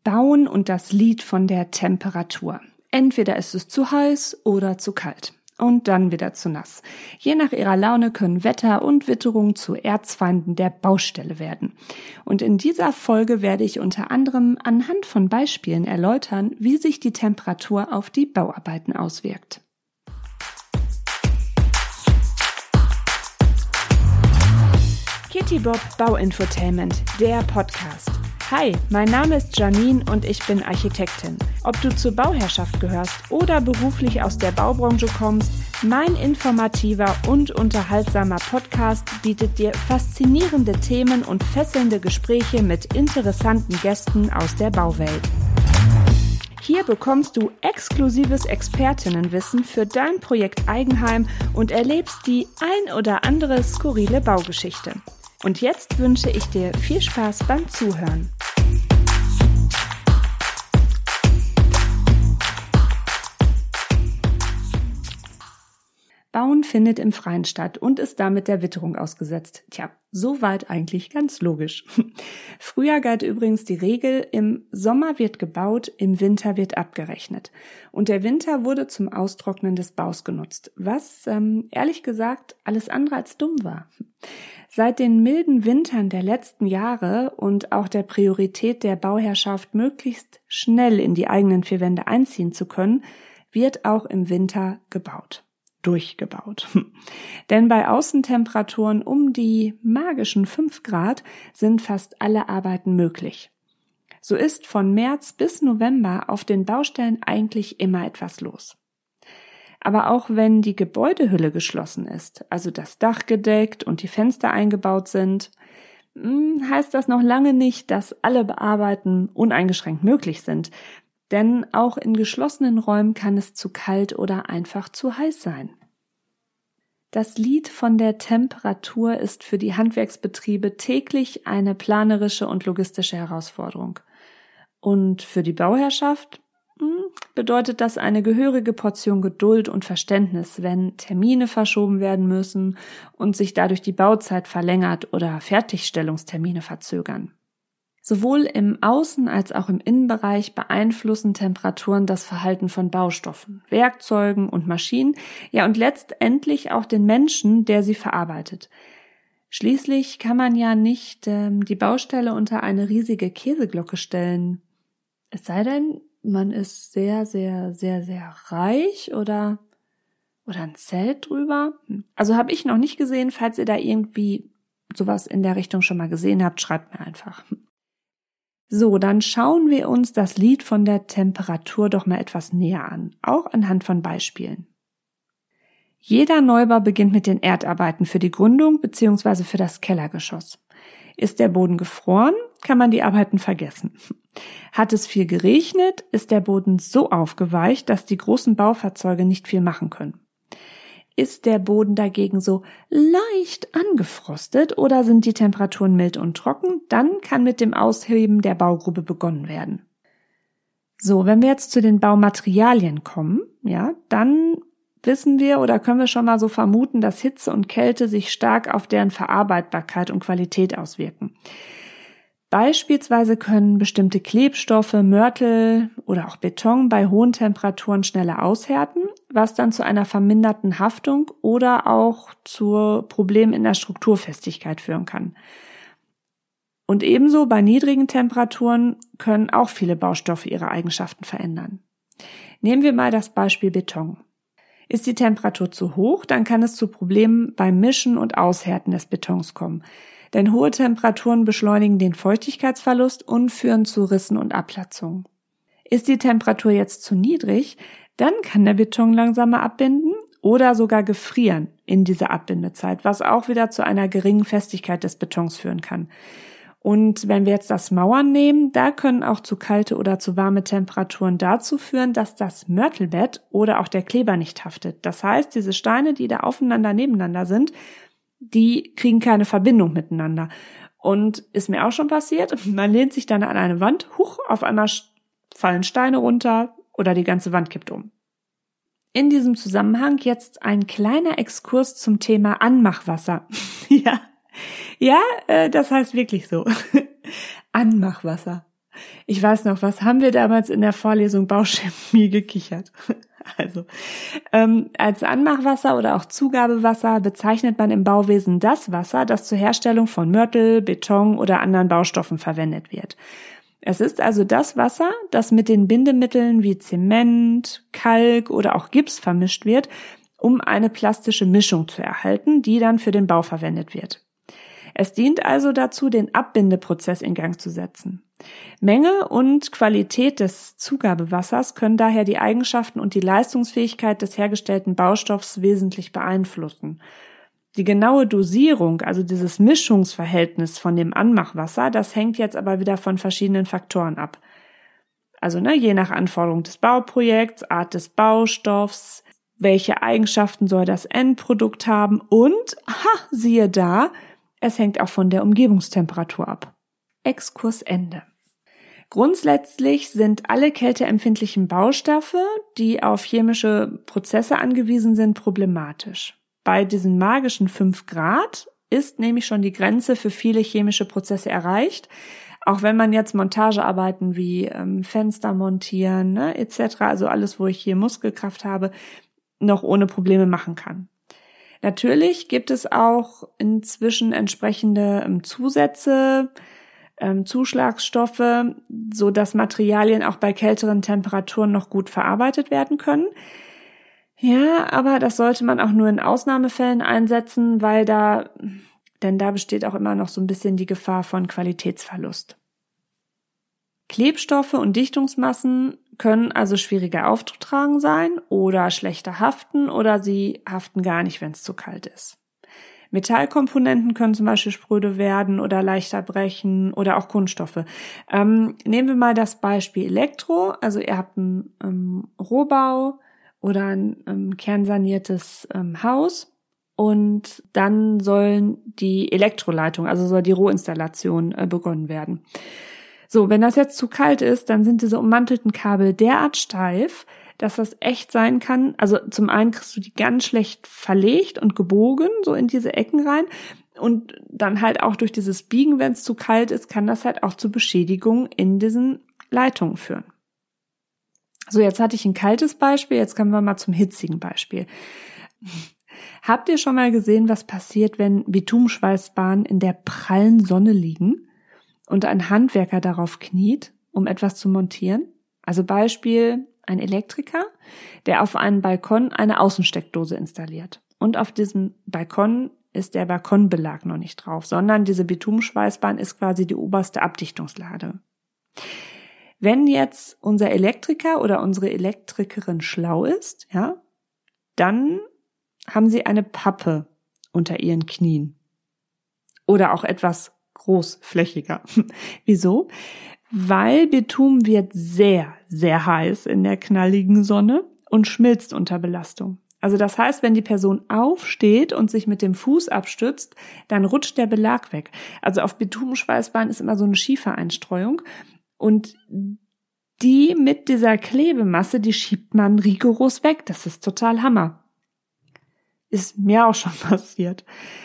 Bauen und das Lied von der Temperatur. Entweder ist es zu heiß oder zu kalt. Und dann wieder zu nass. Je nach ihrer Laune können Wetter und Witterung zu Erzfeinden der Baustelle werden. Und in dieser Folge werde ich unter anderem anhand von Beispielen erläutern, wie sich die Temperatur auf die Bauarbeiten auswirkt. Kitty Bob Bauinfotainment, der Podcast. Hi, mein Name ist Janine und ich bin Architektin. Ob du zur Bauherrschaft gehörst oder beruflich aus der Baubranche kommst, mein informativer und unterhaltsamer Podcast bietet dir faszinierende Themen und fesselnde Gespräche mit interessanten Gästen aus der Bauwelt. Hier bekommst du exklusives Expertinnenwissen für dein Projekt Eigenheim und erlebst die ein oder andere skurrile Baugeschichte. Und jetzt wünsche ich dir viel Spaß beim Zuhören. Bauen findet im Freien statt und ist damit der Witterung ausgesetzt. Tja, soweit eigentlich ganz logisch. Früher galt übrigens die Regel, im Sommer wird gebaut, im Winter wird abgerechnet. Und der Winter wurde zum Austrocknen des Baus genutzt, was, ehrlich gesagt, alles andere als dumm war. Seit den milden Wintern der letzten Jahre und auch der Priorität der Bauherrschaft, möglichst schnell in die eigenen vier Wände einziehen zu können, wird auch im Winter gebaut. Durchgebaut. Denn bei Außentemperaturen um die magischen 5 Grad sind fast alle Arbeiten möglich. So ist von März bis November auf den Baustellen eigentlich immer etwas los. Aber auch wenn die Gebäudehülle geschlossen ist, also das Dach gedeckt und die Fenster eingebaut sind, heißt das noch lange nicht, dass alle Bearbeiten uneingeschränkt möglich sind. Denn auch in geschlossenen Räumen kann es zu kalt oder einfach zu heiß sein. Das Lied von der Temperatur ist für die Handwerksbetriebe täglich eine planerische und logistische Herausforderung. Und für die Bauherrschaft bedeutet das eine gehörige Portion Geduld und Verständnis, wenn Termine verschoben werden müssen und sich dadurch die Bauzeit verlängert oder Fertigstellungstermine verzögern. Sowohl im Außen- als auch im Innenbereich beeinflussen Temperaturen das Verhalten von Baustoffen, Werkzeugen und Maschinen, ja und letztendlich auch den Menschen, der sie verarbeitet. Schließlich kann man ja nicht die Baustelle unter eine riesige Käseglocke stellen. Es sei denn, man ist sehr, sehr, sehr, sehr reich oder ein Zelt drüber. Also habe ich noch nicht gesehen. Falls ihr da irgendwie sowas in der Richtung schon mal gesehen habt, schreibt mir einfach. So, dann schauen wir uns das Lied von der Temperatur doch mal etwas näher an, auch anhand von Beispielen. Jeder Neubau beginnt mit den Erdarbeiten für die Gründung bzw. für das Kellergeschoss. Ist der Boden gefroren, kann man die Arbeiten vergessen. Hat es viel geregnet, ist der Boden so aufgeweicht, dass die großen Baufahrzeuge nicht viel machen können. Ist der Boden dagegen so leicht angefrostet oder sind die Temperaturen mild und trocken, dann kann mit dem Ausheben der Baugrube begonnen werden. So, wenn wir jetzt zu den Baumaterialien kommen, ja, dann wissen wir oder können wir schon mal so vermuten, dass Hitze und Kälte sich stark auf deren Verarbeitbarkeit und Qualität auswirken. Beispielsweise können bestimmte Klebstoffe, Mörtel oder auch Beton bei hohen Temperaturen schneller aushärten, was dann zu einer verminderten Haftung oder auch zu Problemen in der Strukturfestigkeit führen kann. Und ebenso bei niedrigen Temperaturen können auch viele Baustoffe ihre Eigenschaften verändern. Nehmen wir mal das Beispiel Beton. Ist die Temperatur zu hoch, dann kann es zu Problemen beim Mischen und Aushärten des Betons kommen. Denn hohe Temperaturen beschleunigen den Feuchtigkeitsverlust und führen zu Rissen und Abplatzungen. Ist die Temperatur jetzt zu niedrig, dann kann der Beton langsamer abbinden oder sogar gefrieren in dieser Abbindezeit, was auch wieder zu einer geringen Festigkeit des Betons führen kann. Und wenn wir jetzt das Mauern nehmen, da können auch zu kalte oder zu warme Temperaturen dazu führen, dass das Mörtelbett oder auch der Kleber nicht haftet. Das heißt, diese Steine, die da aufeinander nebeneinander sind, die kriegen keine Verbindung miteinander. Und ist mir auch schon passiert, man lehnt sich dann an eine Wand, auf einmal fallen Steine runter oder die ganze Wand kippt um. In diesem Zusammenhang jetzt ein kleiner Exkurs zum Thema Anmachwasser. Ja, das heißt wirklich so. Anmachwasser. Ich weiß noch, was haben wir damals in der Vorlesung Bauchemie gekichert? Also, als Anmachwasser oder auch Zugabewasser bezeichnet man im Bauwesen das Wasser, das zur Herstellung von Mörtel, Beton oder anderen Baustoffen verwendet wird. Es ist also das Wasser, das mit den Bindemitteln wie Zement, Kalk oder auch Gips vermischt wird, um eine plastische Mischung zu erhalten, die dann für den Bau verwendet wird. Es dient also dazu, den Abbindeprozess in Gang zu setzen. Menge und Qualität des Zugabewassers können daher die Eigenschaften und die Leistungsfähigkeit des hergestellten Baustoffs wesentlich beeinflussen. Die genaue Dosierung, also dieses Mischungsverhältnis von dem Anmachwasser, das hängt jetzt aber wieder von verschiedenen Faktoren ab. Also je nach Anforderung des Bauprojekts, Art des Baustoffs, welche Eigenschaften soll das Endprodukt haben und, siehe da, es hängt auch von der Umgebungstemperatur ab. Exkurs Ende. Grundsätzlich sind alle kälteempfindlichen Baustoffe, die auf chemische Prozesse angewiesen sind, problematisch. Bei diesen magischen 5 Grad ist nämlich schon die Grenze für viele chemische Prozesse erreicht, auch wenn man jetzt Montagearbeiten wie Fenster montieren, etc., also alles, wo ich hier Muskelkraft habe, noch ohne Probleme machen kann. Natürlich gibt es auch inzwischen entsprechende Zusätze, Zuschlagstoffe, so dass Materialien auch bei kälteren Temperaturen noch gut verarbeitet werden können. Ja, aber das sollte man auch nur in Ausnahmefällen einsetzen, denn da besteht auch immer noch so ein bisschen die Gefahr von Qualitätsverlust. Klebstoffe und Dichtungsmassen können also schwieriger aufzutragen sein oder schlechter haften oder sie haften gar nicht, wenn es zu kalt ist. Metallkomponenten können zum Beispiel spröde werden oder leichter brechen oder auch Kunststoffe. Nehmen wir mal das Beispiel Elektro. Also ihr habt einen Rohbau oder ein kernsaniertes Haus und dann sollen die Elektroleitung, also soll die Rohinstallation begonnen werden. So, wenn das jetzt zu kalt ist, dann sind diese ummantelten Kabel derart steif, dass das echt sein kann. Also zum einen kriegst du die ganz schlecht verlegt und gebogen, so in diese Ecken rein. Und dann halt auch durch dieses Biegen, wenn es zu kalt ist, kann das halt auch zu Beschädigungen in diesen Leitungen führen. So, jetzt hatte ich ein kaltes Beispiel, jetzt kommen wir mal zum hitzigen Beispiel. Habt ihr schon mal gesehen, was passiert, wenn Bitumenschweißbahnen in der prallen Sonne liegen und ein Handwerker darauf kniet, um etwas zu montieren? Also Beispiel: ein Elektriker, der auf einen Balkon eine Außensteckdose installiert. Und auf diesem Balkon ist der Balkonbelag noch nicht drauf, sondern diese Bitumenschweißbahn ist quasi die oberste Abdichtungslade. Wenn jetzt unser Elektriker oder unsere Elektrikerin schlau ist, ja, dann haben sie eine Pappe unter ihren Knien. Oder auch etwas großflächiger. Wieso? Weil Bitumen wird sehr, sehr heiß in der knalligen Sonne und schmilzt unter Belastung. Also das heißt, wenn die Person aufsteht und sich mit dem Fuß abstützt, dann rutscht der Belag weg. Also auf Bitumenschweißbahn ist immer so eine Schiefereinstreuung und die mit dieser Klebemasse, die schiebt man rigoros weg. Das ist total Hammer. Ist mir auch schon passiert.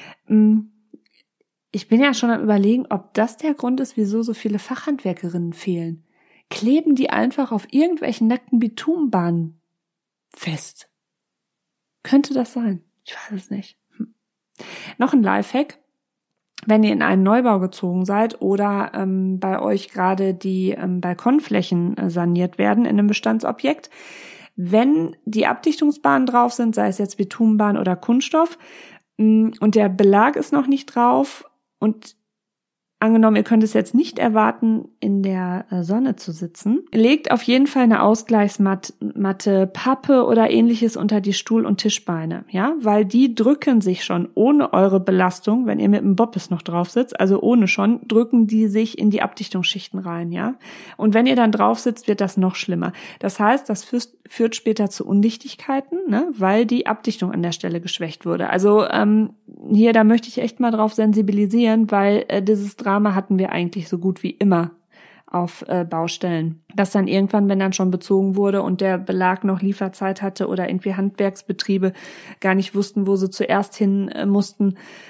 Ich bin ja schon am Überlegen, ob das der Grund ist, wieso so viele Fachhandwerkerinnen fehlen. Kleben die einfach auf irgendwelchen nackten Bitumenbahnen fest? Könnte das sein? Ich weiß es nicht. Noch ein Lifehack. Wenn ihr in einen Neubau gezogen seid oder bei euch gerade die Balkonflächen saniert werden in einem Bestandsobjekt, wenn die Abdichtungsbahnen drauf sind, sei es jetzt Bitumenbahn oder Kunststoff, und der Belag ist noch nicht drauf und angenommen, ihr könnt es jetzt nicht erwarten, in der Sonne zu sitzen, legt auf jeden Fall eine Ausgleichsmatte, Pappe oder ähnliches unter die Stuhl- und Tischbeine, ja, weil die drücken sich schon ohne eure Belastung, wenn ihr mit dem Bobbes noch drauf sitzt, also ohne schon, drücken die sich in die Abdichtungsschichten rein, ja. Und wenn ihr dann drauf sitzt, wird das noch schlimmer. Das heißt, das führt später zu Undichtigkeiten, weil die Abdichtung an der Stelle geschwächt wurde. Also hier, da möchte ich echt mal drauf sensibilisieren, weil dieses Drama hatten wir eigentlich so gut wie immer auf Baustellen. Dass dann irgendwann, wenn dann schon bezogen wurde und der Belag noch Lieferzeit hatte oder irgendwie Handwerksbetriebe gar nicht wussten, wo sie zuerst hin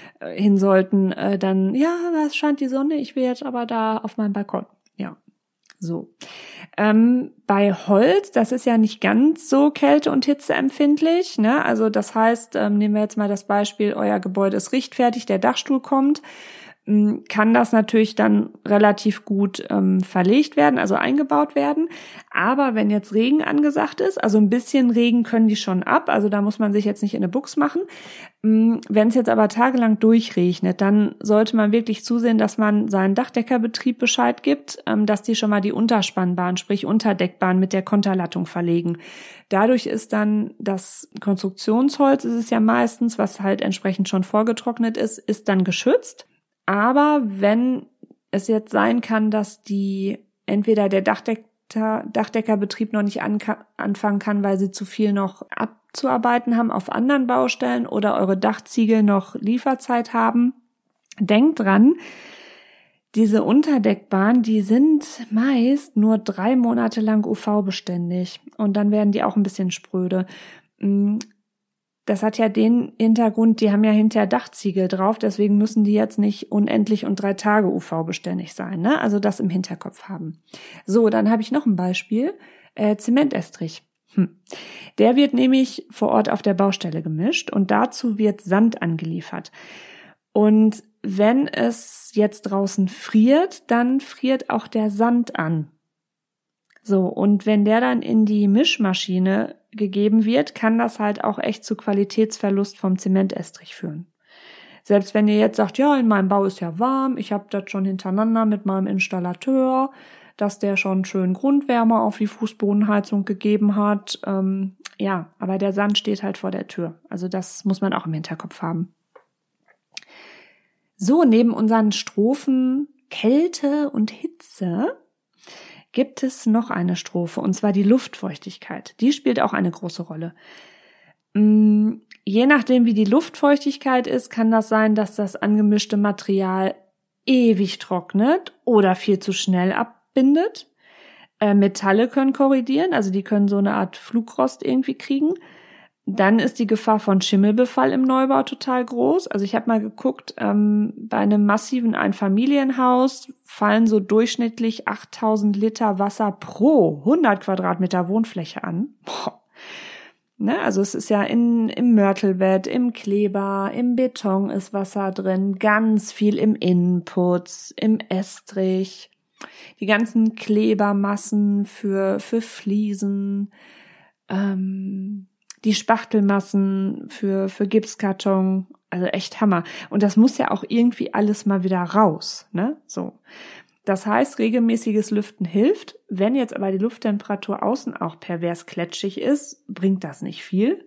sollten, dann, ja, es scheint die Sonne, ich will jetzt aber da auf meinem Balkon. Ja, So. Bei Holz, das ist ja nicht ganz so kälte- und hitzeempfindlich, ne? Also das heißt, nehmen wir jetzt mal das Beispiel, euer Gebäude ist richtfertig, der Dachstuhl kommt, kann das natürlich dann relativ gut verlegt werden, also eingebaut werden. Aber wenn jetzt Regen angesagt ist, also ein bisschen Regen können die schon ab, also da muss man sich jetzt nicht in eine Buchs machen. Wenn es jetzt aber tagelang durchregnet, dann sollte man wirklich zusehen, dass man seinen Dachdeckerbetrieb Bescheid gibt, dass die schon mal die Unterspannbahn, sprich Unterdeckbahn mit der Konterlattung verlegen. Dadurch ist dann das Konstruktionsholz, ist es ja meistens, was halt entsprechend schon vorgetrocknet ist dann geschützt. Aber wenn es jetzt sein kann, dass entweder der Dachdeckerbetrieb noch nicht anfangen kann, weil sie zu viel noch abzuarbeiten haben auf anderen Baustellen oder eure Dachziegel noch Lieferzeit haben, denkt dran, diese Unterdeckbahnen, die sind meist nur 3 Monate lang UV-beständig und dann werden die auch ein bisschen spröde. Das hat ja den Hintergrund, die haben ja hinterher Dachziegel drauf, deswegen müssen die jetzt nicht unendlich und 3 Tage UV-beständig sein, ne? Also das im Hinterkopf haben. So, dann habe ich noch ein Beispiel, Zementestrich. Der wird nämlich vor Ort auf der Baustelle gemischt und dazu wird Sand angeliefert. Und wenn es jetzt draußen friert, dann friert auch der Sand an. So, und wenn der dann in die Mischmaschine gegeben wird, kann das halt auch echt zu Qualitätsverlust vom Zementestrich führen. Selbst wenn ihr jetzt sagt, ja, in meinem Bau ist ja warm, ich habe das schon hintereinander mit meinem Installateur, dass der schon schön Grundwärme auf die Fußbodenheizung gegeben hat. Ja, aber der Sand steht halt vor der Tür. Also das muss man auch im Hinterkopf haben. So, neben unseren Strophen Kälte und Hitze gibt es noch eine Strophe, und zwar die Luftfeuchtigkeit. Die spielt auch eine große Rolle. Je nachdem, wie die Luftfeuchtigkeit ist, kann das sein, dass das angemischte Material ewig trocknet oder viel zu schnell abbindet. Metalle können korrodieren, also die können so eine Art Flugrost irgendwie kriegen. Dann ist die Gefahr von Schimmelbefall im Neubau total groß. Also ich habe mal geguckt, bei einem massiven Einfamilienhaus fallen so durchschnittlich 8000 Liter Wasser pro 100 Quadratmeter Wohnfläche an. Boah. Ne, also es ist ja im Mörtelbett, im Kleber, im Beton ist Wasser drin, ganz viel im Innenputz, im Estrich, die ganzen Klebermassen für Fliesen, die Spachtelmassen für Gipskarton, also echt Hammer. Und das muss ja auch irgendwie alles mal wieder raus, ne? So. Das heißt, regelmäßiges Lüften hilft. Wenn jetzt aber die Lufttemperatur außen auch pervers kletschig ist, bringt das nicht viel.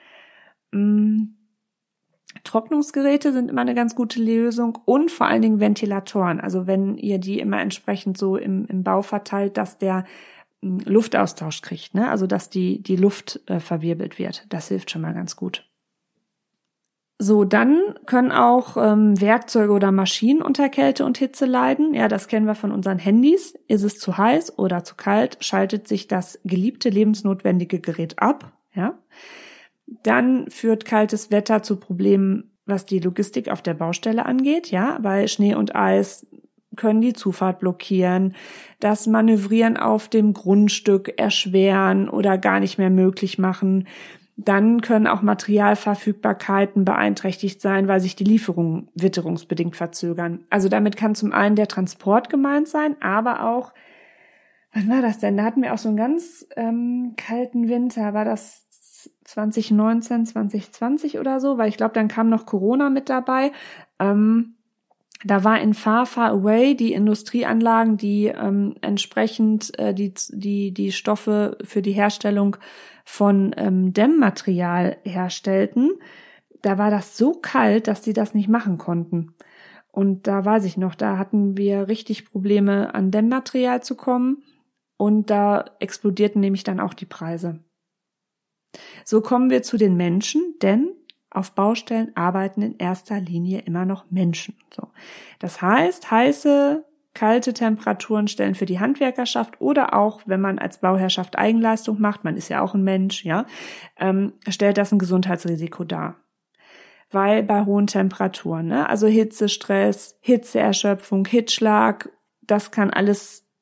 Trocknungsgeräte sind immer eine ganz gute Lösung und vor allen Dingen Ventilatoren. Also wenn ihr die immer entsprechend so im Bau verteilt, dass der Luftaustausch kriegt, ne? Also dass die Luft verwirbelt wird. Das hilft schon mal ganz gut. So, dann können auch Werkzeuge oder Maschinen unter Kälte und Hitze leiden. Ja, das kennen wir von unseren Handys. Ist es zu heiß oder zu kalt, schaltet sich das geliebte lebensnotwendige Gerät ab. Ja, dann führt kaltes Wetter zu Problemen, was die Logistik auf der Baustelle angeht. Ja, weil Schnee und Eis können die Zufahrt blockieren, das Manövrieren auf dem Grundstück erschweren oder gar nicht mehr möglich machen. Dann können auch Materialverfügbarkeiten beeinträchtigt sein, weil sich die Lieferungen witterungsbedingt verzögern. Also damit kann zum einen der Transport gemeint sein, aber auch, wann war das denn? Da hatten wir auch so einen ganz kalten Winter, war das 2019, 2020 oder so, weil ich glaube, dann kam noch Corona mit dabei. Da war in Far Away die Industrieanlagen, die entsprechend die Stoffe für die Herstellung von Dämmmaterial herstellten. Da war das so kalt, dass die das nicht machen konnten. Und da weiß ich noch, da hatten wir richtig Probleme, an Dämmmaterial zu kommen. Und da explodierten nämlich dann auch die Preise. So kommen wir zu den Menschen, denn auf Baustellen arbeiten in erster Linie immer noch Menschen. So. Das heißt, heiße, kalte Temperaturen stellen für die Handwerkerschaft oder auch, wenn man als Bauherrschaft Eigenleistung macht, man ist ja auch ein Mensch, ja, stellt das ein Gesundheitsrisiko dar. Weil bei hohen Temperaturen, ne, also Hitzestress, Hitzeerschöpfung, Hitzschlag, das kann alles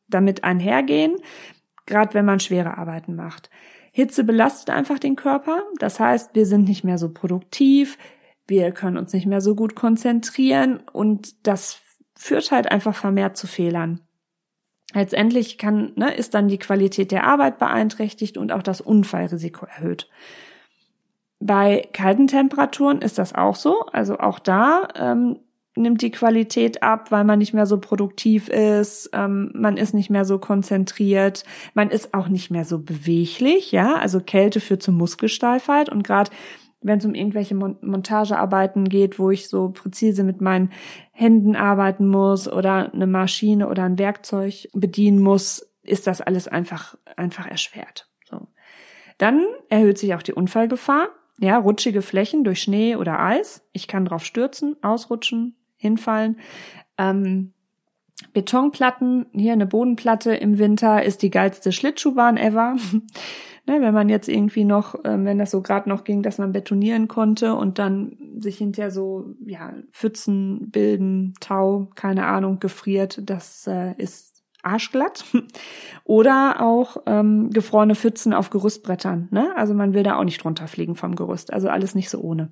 damit einhergehen, gerade wenn man schwere Arbeiten macht. Hitze belastet einfach den Körper, das heißt, wir sind nicht mehr so produktiv, wir können uns nicht mehr so gut konzentrieren und das führt halt einfach vermehrt zu Fehlern. Letztendlich ist dann die Qualität der Arbeit beeinträchtigt und auch das Unfallrisiko erhöht. Bei kalten Temperaturen ist das auch so, also auch da nimmt die Qualität ab, weil man nicht mehr so produktiv ist, man ist nicht mehr so konzentriert, man ist auch nicht mehr so beweglich, ja, also Kälte führt zu Muskelsteifheit und gerade wenn es um irgendwelche Montagearbeiten geht, wo ich so präzise mit meinen Händen arbeiten muss oder eine Maschine oder ein Werkzeug bedienen muss, ist das alles einfach erschwert. So. Dann erhöht sich auch die Unfallgefahr. Ja, rutschige Flächen durch Schnee oder Eis. Ich kann drauf stürzen, ausrutschen, hinfallen. Betonplatten, hier eine Bodenplatte im Winter ist die geilste Schlittschuhbahn ever. Ne, wenn man jetzt irgendwie noch, wenn das so gerade noch ging, dass man betonieren konnte und dann sich hinterher so, ja, Pfützen bilden, Tau, keine Ahnung, gefriert, das ist arschglatt. Oder auch gefrorene Pfützen auf Gerüstbrettern, ne? Also man will da auch nicht drunter fliegen vom Gerüst, also alles nicht so ohne.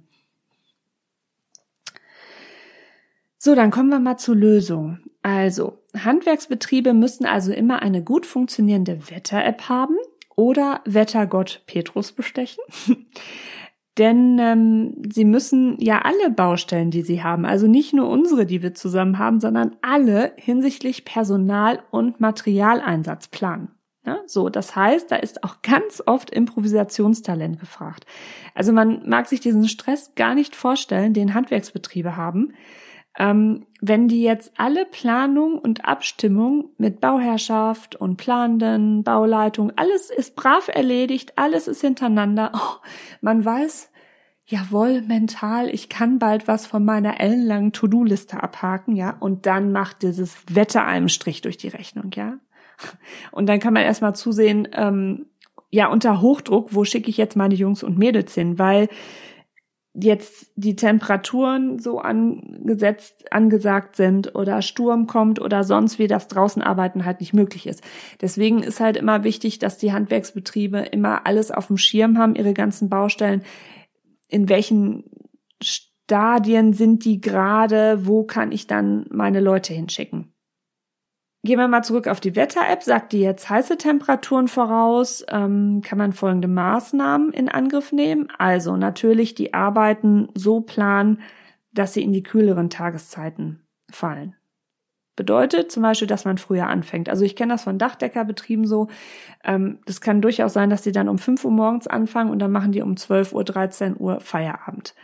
So, dann kommen wir mal zur Lösung. Also, Handwerksbetriebe müssen also immer eine gut funktionierende Wetter-App haben oder Wettergott Petrus bestechen. Denn sie müssen ja alle Baustellen, die sie haben, also nicht nur unsere, die wir zusammen haben, sondern alle hinsichtlich Personal- und Materialeinsatz planen. Ja, so, das heißt, da ist auch ganz oft Improvisationstalent gefragt. Also man mag sich diesen Stress gar nicht vorstellen, den Handwerksbetriebe haben. Wenn die jetzt alle Planung und Abstimmung mit Bauherrschaft und Planenden, Bauleitung, alles ist brav erledigt, alles ist hintereinander. Oh, man weiß, jawohl, mental, ich kann bald was von meiner ellenlangen To-Do-Liste abhaken, ja, und dann macht dieses Wetter einem Strich durch die Rechnung, ja. Und dann kann man erstmal zusehen, unter Hochdruck, wo schicke ich jetzt meine Jungs und Mädels hin, weil jetzt die Temperaturen so angesagt sind oder Sturm kommt oder sonst wie das draußen arbeiten halt nicht möglich ist. Deswegen ist halt immer wichtig, dass die Handwerksbetriebe immer alles auf dem Schirm haben, ihre ganzen Baustellen, in welchen Stadien sind die gerade, wo kann ich dann meine Leute hinschicken. Gehen wir mal zurück auf die Wetter-App. Sagt die jetzt heiße Temperaturen voraus, kann man folgende Maßnahmen in Angriff nehmen. Also natürlich die Arbeiten so planen, dass sie in die kühleren Tageszeiten fallen. Bedeutet zum Beispiel, dass man früher anfängt. Also ich kenne das von Dachdeckerbetrieben so. Das kann durchaus sein, dass die dann um 5 Uhr morgens anfangen und dann machen die um 12 Uhr, 13 Uhr Feierabend.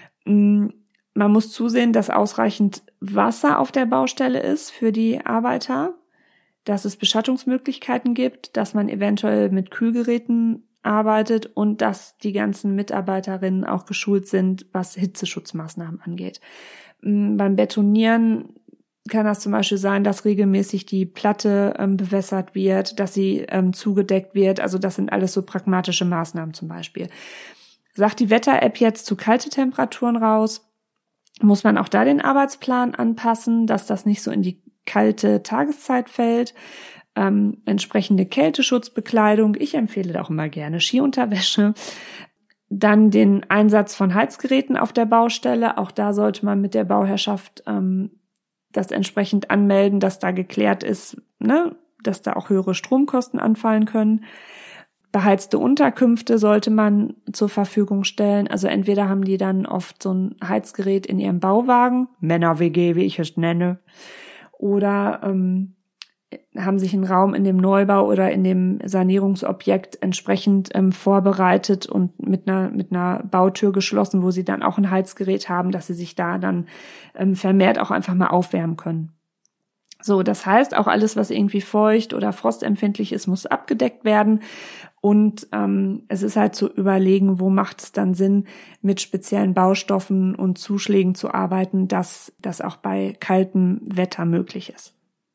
Man muss zusehen, dass ausreichend Wasser auf der Baustelle ist für die Arbeiter, dass es Beschattungsmöglichkeiten gibt, dass man eventuell mit Kühlgeräten arbeitet und dass die ganzen Mitarbeiterinnen auch geschult sind, was Hitzeschutzmaßnahmen angeht. Beim Betonieren kann das zum Beispiel sein, dass regelmäßig die Platte bewässert wird, dass sie zugedeckt wird. Also das sind alles so pragmatische Maßnahmen zum Beispiel. Sagt die Wetter-App jetzt zu kalte Temperaturen raus, muss man auch da den Arbeitsplan anpassen, dass das nicht so in die kalte Tageszeit fällt. Entsprechende Kälteschutzbekleidung. Ich empfehle da auch immer gerne Skiunterwäsche. Dann den Einsatz von Heizgeräten auf der Baustelle. Auch da sollte man mit der Bauherrschaft das entsprechend anmelden, dass da geklärt ist, ne, dass da auch höhere Stromkosten anfallen können. Beheizte Unterkünfte sollte man zur Verfügung stellen. Also entweder haben die dann oft so ein Heizgerät in ihrem Bauwagen, Männer-WG, wie ich es nenne, oder haben sich einen Raum in dem Neubau oder in dem Sanierungsobjekt entsprechend vorbereitet und mit einer Bautür geschlossen, wo sie dann auch ein Heizgerät haben, dass sie sich da dann vermehrt auch einfach mal aufwärmen können. So, das heißt, auch alles, was irgendwie feucht oder frostempfindlich ist, muss abgedeckt werden. Und es ist halt zu überlegen, wo macht es dann Sinn, mit speziellen Baustoffen und Zuschlägen zu arbeiten, dass das auch bei kaltem Wetter möglich ist.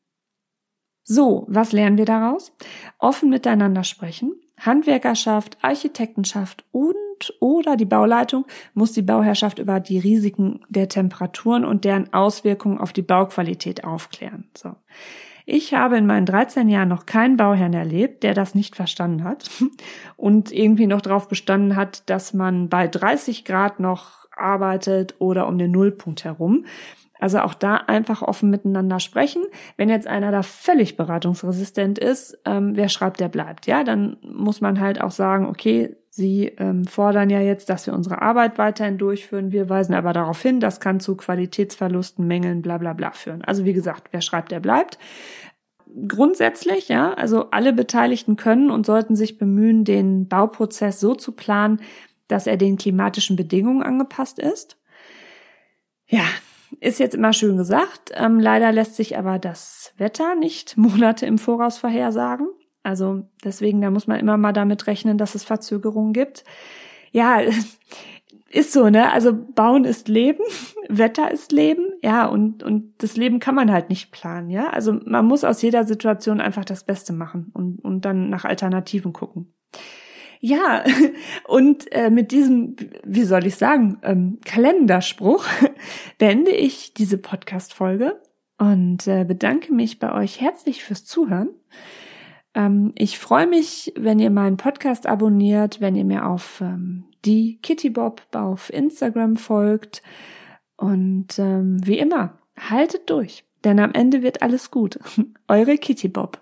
So, was lernen wir daraus? Offen miteinander sprechen. Handwerkerschaft, Architektenschaft oder die Bauleitung muss die Bauherrschaft über die Risiken der Temperaturen und deren Auswirkungen auf die Bauqualität aufklären. So. Ich habe in meinen 13 Jahren noch keinen Bauherrn erlebt, der das nicht verstanden hat und irgendwie noch darauf bestanden hat, dass man bei 30 Grad noch arbeitet oder um den Nullpunkt herum. Also auch da einfach offen miteinander sprechen. Wenn jetzt einer da völlig beratungsresistent ist, wer schreibt, der bleibt. Ja, dann muss man halt auch sagen, okay, Sie fordern ja jetzt, dass wir unsere Arbeit weiterhin durchführen. Wir weisen aber darauf hin, das kann zu Qualitätsverlusten, Mängeln, bla bla bla führen. Also wie gesagt, wer schreibt, der bleibt. Grundsätzlich, ja, also alle Beteiligten können und sollten sich bemühen, den Bauprozess so zu planen, dass er den klimatischen Bedingungen angepasst ist. Ja, ist jetzt immer schön gesagt. Leider lässt sich aber das Wetter nicht Monate im Voraus vorhersagen. Also deswegen, da muss man immer mal damit rechnen, dass es Verzögerungen gibt. Ja, ist so, ne? Also Bauen ist Leben, Wetter ist Leben, ja, und das Leben kann man halt nicht planen, ja? Also man muss aus jeder Situation einfach das Beste machen und dann nach Alternativen gucken. Ja, und mit diesem, wie soll ich sagen, Kalenderspruch beende ich diese Podcast-Folge und bedanke mich bei euch herzlich fürs Zuhören. Ich freue mich, wenn ihr meinen Podcast abonniert, wenn ihr mir auf die Kitty Bob auf Instagram folgt und wie immer, haltet durch, denn am Ende wird alles gut. Eure Kitty Bob.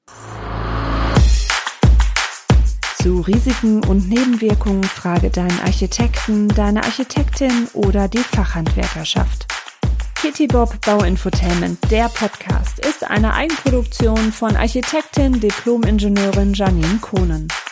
Zu Risiken und Nebenwirkungen frage deinen Architekten, deine Architektin oder die Fachhandwerkerschaft. Kitty Bob Bauinfotainment, der Podcast, ist eine Eigenproduktion von Architektin, Diplom-Ingenieurin Janine Kohnen.